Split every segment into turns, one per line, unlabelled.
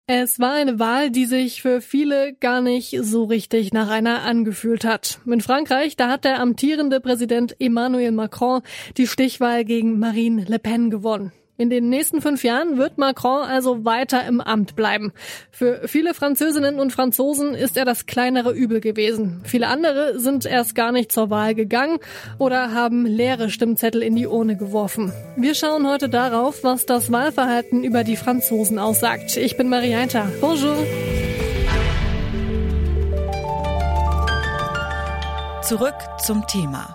Es war eine Wahl, die sich für viele gar nicht so richtig nach einer angefühlt hat. In Frankreich, da hat der amtierende Präsident Emmanuel Macron die Stichwahl gegen Marine Le Pen gewonnen. In den nächsten 5 Jahren wird Macron also weiter im Amt bleiben. Für viele Französinnen und Franzosen ist er das kleinere Übel gewesen. Viele andere sind erst gar nicht zur Wahl gegangen oder haben leere Stimmzettel in die Urne geworfen. Wir schauen heute darauf, was das Wahlverhalten über die Franzosen aussagt. Ich bin Marietta. Bonjour.
Zurück zum Thema.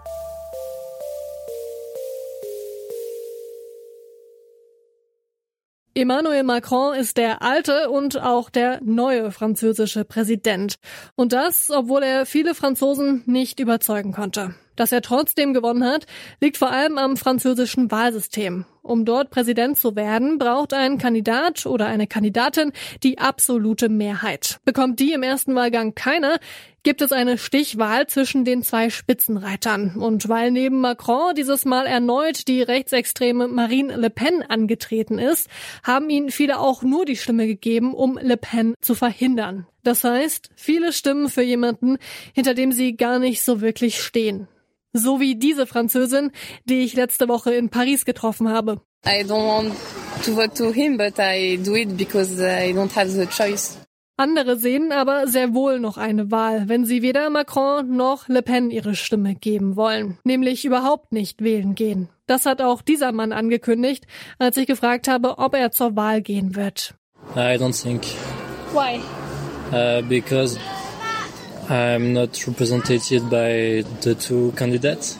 Emmanuel Macron ist der alte und auch der neue französische Präsident. Und das, obwohl er viele Franzosen nicht überzeugen konnte. Dass er trotzdem gewonnen hat, liegt vor allem am französischen Wahlsystem. Um dort Präsident zu werden, braucht ein Kandidat oder eine Kandidatin die absolute Mehrheit. Bekommt die im ersten Wahlgang keiner, gibt es eine Stichwahl zwischen den 2 Spitzenreitern. Und weil neben Macron dieses Mal erneut die rechtsextreme Marine Le Pen angetreten ist, haben ihnen viele auch nur die Stimme gegeben, um Le Pen zu verhindern. Das heißt, viele Stimmen für jemanden, hinter dem sie gar nicht so wirklich stehen. So wie diese Französin, die ich letzte Woche in Paris getroffen habe.
I don't want to vote to him, but I do it because I don't have the choice.
Andere sehen aber sehr wohl noch eine Wahl, wenn sie weder Macron noch Le Pen ihre Stimme geben wollen. Nämlich überhaupt nicht wählen gehen. Das hat auch dieser Mann angekündigt, als ich gefragt habe, ob er zur Wahl gehen wird.
I don't think.
Why?
Because I'm not represented by the 2 candidates.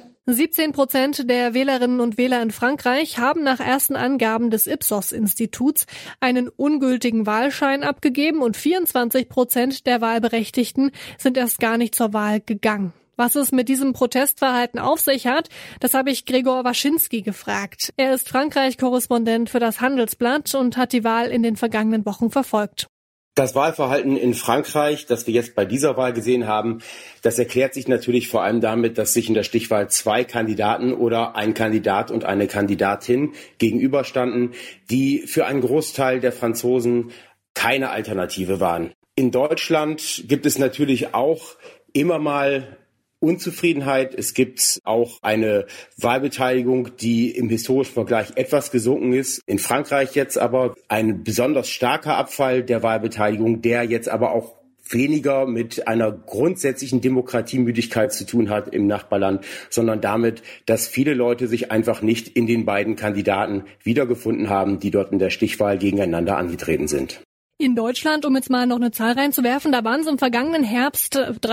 17% der Wählerinnen und Wähler in Frankreich haben nach ersten Angaben des Ipsos-Instituts einen ungültigen Wahlschein abgegeben und 24% der Wahlberechtigten sind erst gar nicht zur Wahl gegangen. Was es mit diesem Protestverhalten auf sich hat, das habe ich Gregor Waschinski gefragt. Er ist Frankreich-Korrespondent für das Handelsblatt und hat die Wahl in den vergangenen Wochen verfolgt.
Das Wahlverhalten in Frankreich, das wir jetzt bei dieser Wahl gesehen haben, das erklärt sich natürlich vor allem damit, dass sich in der Stichwahl 2 Kandidaten oder ein Kandidat und eine Kandidatin gegenüberstanden, die für einen Großteil der Franzosen keine Alternative waren. In Deutschland gibt es natürlich auch immer mal Unzufriedenheit. Es gibt auch eine Wahlbeteiligung, die im historischen Vergleich etwas gesunken ist. In Frankreich jetzt aber ein besonders starker Abfall der Wahlbeteiligung, der jetzt aber auch weniger mit einer grundsätzlichen Demokratiemüdigkeit zu tun hat im Nachbarland, sondern damit, dass viele Leute sich einfach nicht in den beiden Kandidaten wiedergefunden haben, die dort in der Stichwahl gegeneinander angetreten sind.
In Deutschland, um jetzt mal noch eine Zahl reinzuwerfen, da waren es im vergangenen Herbst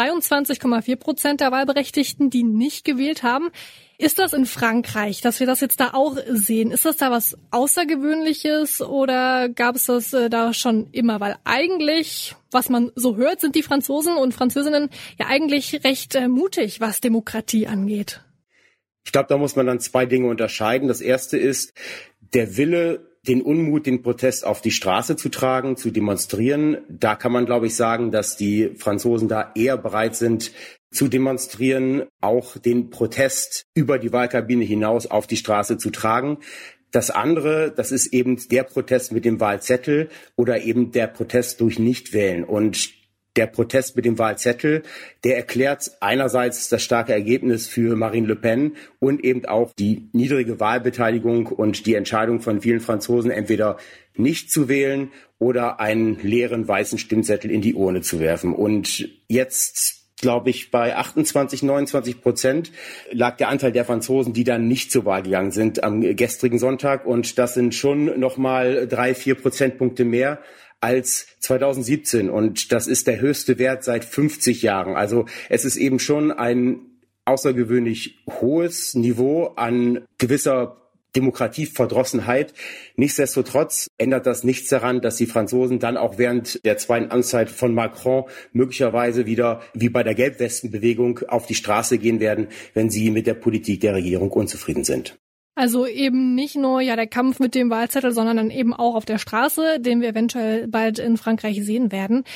23,4% der Wahlberechtigten, die nicht gewählt haben. Ist das in Frankreich, dass wir das jetzt da auch sehen? Ist das da was Außergewöhnliches oder gab es das da schon immer? Weil eigentlich, was man so hört, sind die Franzosen und Französinnen ja eigentlich recht mutig, was Demokratie angeht.
Ich glaube, da muss man dann 2 Dinge unterscheiden. Das erste ist der Wille, den Unmut, den Protest auf die Straße zu tragen, zu demonstrieren. Da kann man, glaube ich, sagen, dass die Franzosen da eher bereit sind zu demonstrieren, auch den Protest über die Wahlkabine hinaus auf die Straße zu tragen. Das andere, das ist eben der Protest mit dem Wahlzettel oder eben der Protest durch Nichtwählen. Und der Protest mit dem Wahlzettel, der erklärt einerseits das starke Ergebnis für Marine Le Pen und eben auch die niedrige Wahlbeteiligung und die Entscheidung von vielen Franzosen, entweder nicht zu wählen oder einen leeren weißen Stimmzettel in die Urne zu werfen. Und jetzt, glaube ich, bei 28-29% lag der Anteil der Franzosen, die dann nicht zur Wahl gegangen sind am gestrigen Sonntag. Und das sind schon nochmal 3-4 Prozentpunkte mehr als 2017 und das ist der höchste Wert seit 50 Jahren. Also es ist eben schon ein außergewöhnlich hohes Niveau an gewisser Demokratieverdrossenheit. Nichtsdestotrotz ändert das nichts daran, dass die Franzosen dann auch während der 2. Amtszeit von Macron möglicherweise wieder wie bei der Gelbwestenbewegung auf die Straße gehen werden, wenn sie mit der Politik der Regierung unzufrieden sind.
Also eben nicht nur der Kampf mit dem Wahlzettel, sondern dann eben auch auf der Straße, den wir eventuell bald in Frankreich sehen werden.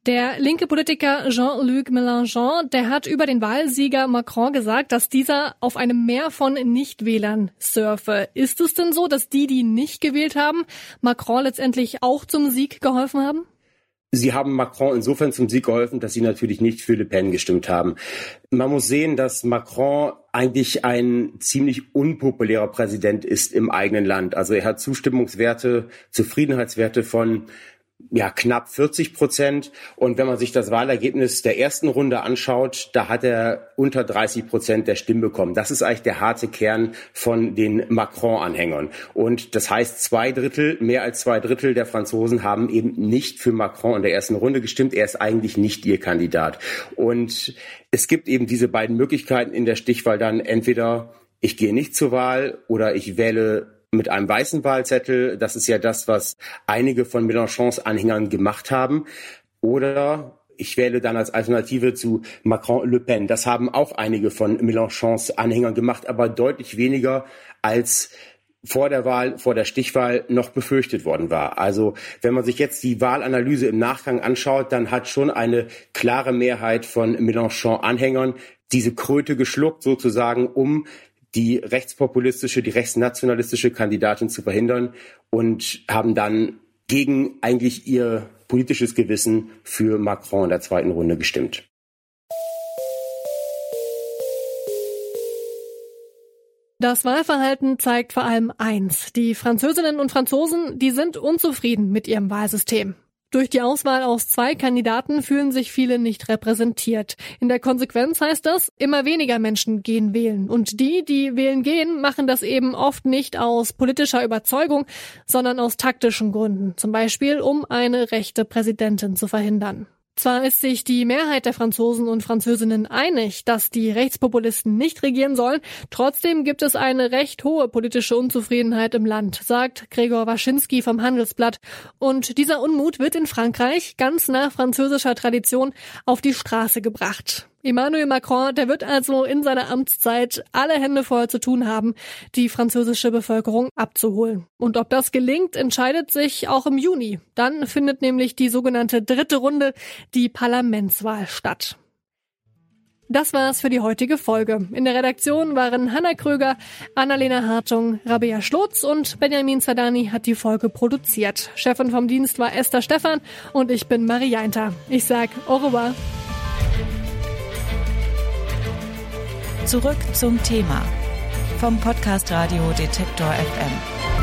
Der linke Politiker Jean-Luc Mélenchon, der hat über den Wahlsieger Macron gesagt, dass dieser auf einem Meer von Nichtwählern surfe. Ist es denn so, dass die nicht gewählt haben, Macron letztendlich auch zum Sieg geholfen haben?
Sie haben Macron insofern zum Sieg geholfen, dass sie natürlich nicht für Le Pen gestimmt haben. Man muss sehen, dass Macron eigentlich ein ziemlich unpopulärer Präsident ist im eigenen Land. Also er hat Zustimmungswerte, Zufriedenheitswerte von knapp 40%. Und wenn man sich das Wahlergebnis der ersten Runde anschaut, da hat er unter 30% der Stimmen bekommen. Das ist eigentlich der harte Kern von den Macron-Anhängern. Und das heißt, mehr als zwei Drittel der Franzosen haben eben nicht für Macron in der ersten Runde gestimmt. Er ist eigentlich nicht ihr Kandidat. Und es gibt eben diese beiden Möglichkeiten in der Stichwahl dann. Entweder ich gehe nicht zur Wahl oder ich wähle mit einem weißen Wahlzettel. Das ist ja das, was einige von Mélenchons Anhängern gemacht haben. Oder ich wähle dann als Alternative zu Macron Le Pen. Das haben auch einige von Mélenchons Anhängern gemacht, aber deutlich weniger als vor der Stichwahl noch befürchtet worden war. Also wenn man sich jetzt die Wahlanalyse im Nachgang anschaut, dann hat schon eine klare Mehrheit von Mélenchon-Anhängern diese Kröte geschluckt, sozusagen, um die rechtspopulistische, die rechtsnationalistische Kandidatin zu verhindern und haben dann gegen eigentlich ihr politisches Gewissen für Macron in der zweiten Runde gestimmt.
Das Wahlverhalten zeigt vor allem eins. Die Französinnen und Franzosen, die sind unzufrieden mit ihrem Wahlsystem. Durch die Auswahl aus 2 Kandidaten fühlen sich viele nicht repräsentiert. In der Konsequenz heißt das, immer weniger Menschen gehen wählen. Und die wählen gehen, machen das eben oft nicht aus politischer Überzeugung, sondern aus taktischen Gründen. Zum Beispiel, um eine rechte Präsidentin zu verhindern. Zwar ist sich die Mehrheit der Franzosen und Französinnen einig, dass die Rechtspopulisten nicht regieren sollen, trotzdem gibt es eine recht hohe politische Unzufriedenheit im Land, sagt Gregor Waschinski vom Handelsblatt. Und dieser Unmut wird in Frankreich, ganz nach französischer Tradition, auf die Straße gebracht. Emmanuel Macron, der wird also in seiner Amtszeit alle Hände voll zu tun haben, die französische Bevölkerung abzuholen. Und ob das gelingt, entscheidet sich auch im Juni. Dann findet nämlich die sogenannte 3. Runde, die Parlamentswahl, statt. Das war's für die heutige Folge. In der Redaktion waren Hanna Kröger, Annalena Hartung, Rabea Schlotz und Benjamin Zadani hat die Folge produziert. Chefin vom Dienst war Esther Stephan und ich bin Marie Jainter. Ich sag au revoir.
Zurück zum Thema vom Podcast Radio Detektor FM.